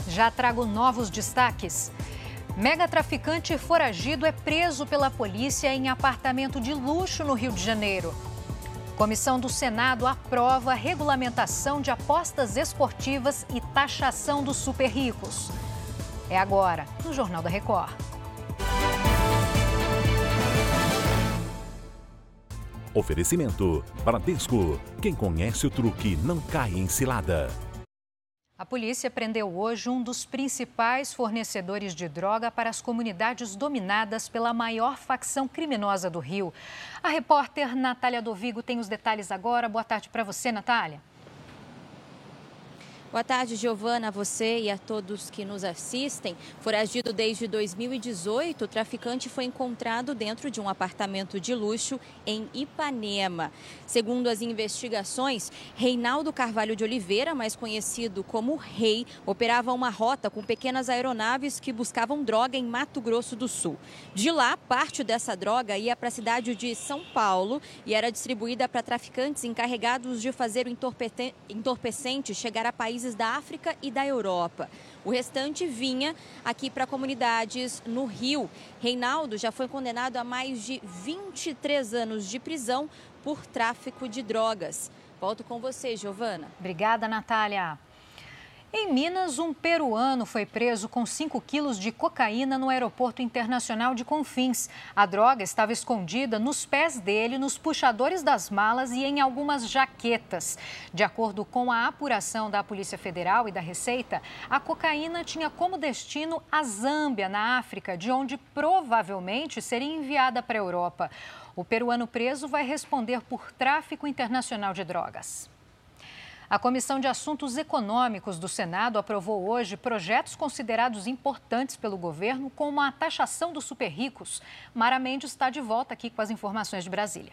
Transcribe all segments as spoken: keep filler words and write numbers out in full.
Já trago novos destaques. Mega traficante foragido é preso pela polícia em apartamento de luxo no Rio de Janeiro. Comissão do Senado aprova a regulamentação de apostas esportivas e taxação dos super ricos. É agora, no Jornal da Record. Oferecimento: Bradesco. Quem conhece o truque não cai em cilada. A polícia prendeu hoje um dos principais fornecedores de droga para as comunidades dominadas pela maior facção criminosa do Rio. A repórter Natália Dovigo tem os detalhes agora. Boa tarde para você, Natália. Boa tarde, Giovana, a você e a todos que nos assistem. Foragido desde dois mil e dezoito, o traficante foi encontrado dentro de um apartamento de luxo em Ipanema. Segundo as investigações, Reinaldo Carvalho de Oliveira, mais conhecido como Rei, operava uma rota com pequenas aeronaves que buscavam droga em Mato Grosso do Sul. De lá, parte dessa droga ia para a cidade de São Paulo e era distribuída para traficantes encarregados de fazer o entorpecente chegar a países da África e da Europa. O restante vinha aqui para comunidades no Rio. Reinaldo já foi condenado a mais de vinte e três anos de prisão por tráfico de drogas. Volto com você, Giovana. Obrigada, Natália. Em Minas, um peruano foi preso com cinco quilos de cocaína no aeroporto internacional de Confins. A droga estava escondida nos pés dele, nos puxadores das malas e em algumas jaquetas. De acordo com a apuração da Polícia Federal e da Receita, a cocaína tinha como destino a Zâmbia, na África, de onde provavelmente seria enviada para a Europa. O peruano preso vai responder por tráfico internacional de drogas. A Comissão de Assuntos Econômicos do Senado aprovou hoje projetos considerados importantes pelo governo, como a taxação dos super ricos. Mara Mendes está de volta aqui com as informações de Brasília.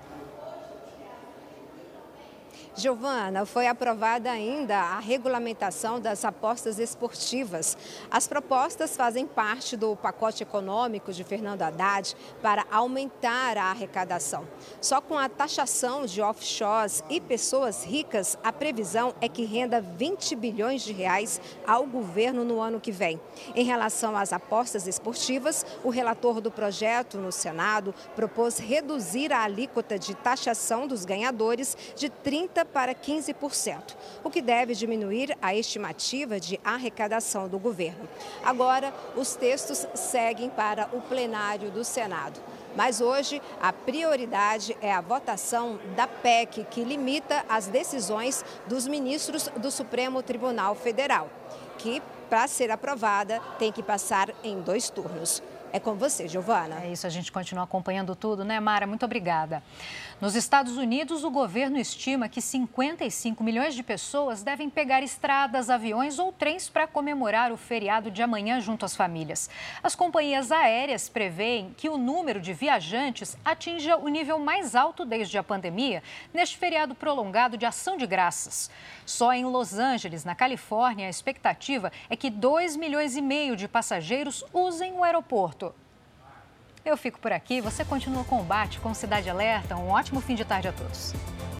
Giovana, foi aprovada ainda a regulamentação das apostas esportivas. As propostas fazem parte do pacote econômico de Fernando Haddad para aumentar a arrecadação. Só com a taxação de offshores e pessoas ricas, a previsão é que renda vinte bilhões de reais ao governo no ano que vem. Em relação às apostas esportivas, o relator do projeto no Senado propôs reduzir a alíquota de taxação dos ganhadores de trinta por cento para quinze por cento, o que deve diminuir a estimativa de arrecadação do governo. Agora, os textos seguem para o plenário do Senado. Mas hoje, a prioridade é a votação da P E C, que limita as decisões dos ministros do Supremo Tribunal Federal, que, para ser aprovada, tem que passar em dois turnos. É com você, Giovana. É isso, a gente continua acompanhando tudo, né, Mara? Muito obrigada. Nos Estados Unidos, o governo estima que cinquenta e cinco milhões de pessoas devem pegar estradas, aviões ou trens para comemorar o feriado de amanhã junto às famílias. As companhias aéreas preveem que o número de viajantes atinja o nível mais alto desde a pandemia, neste feriado prolongado de Ação de Graças. Só em Los Angeles, na Califórnia, a expectativa é que dois milhões e meio de passageiros usem o aeroporto. Eu fico por aqui, você continua com o Bate com Cidade Alerta. Um ótimo fim de tarde a todos.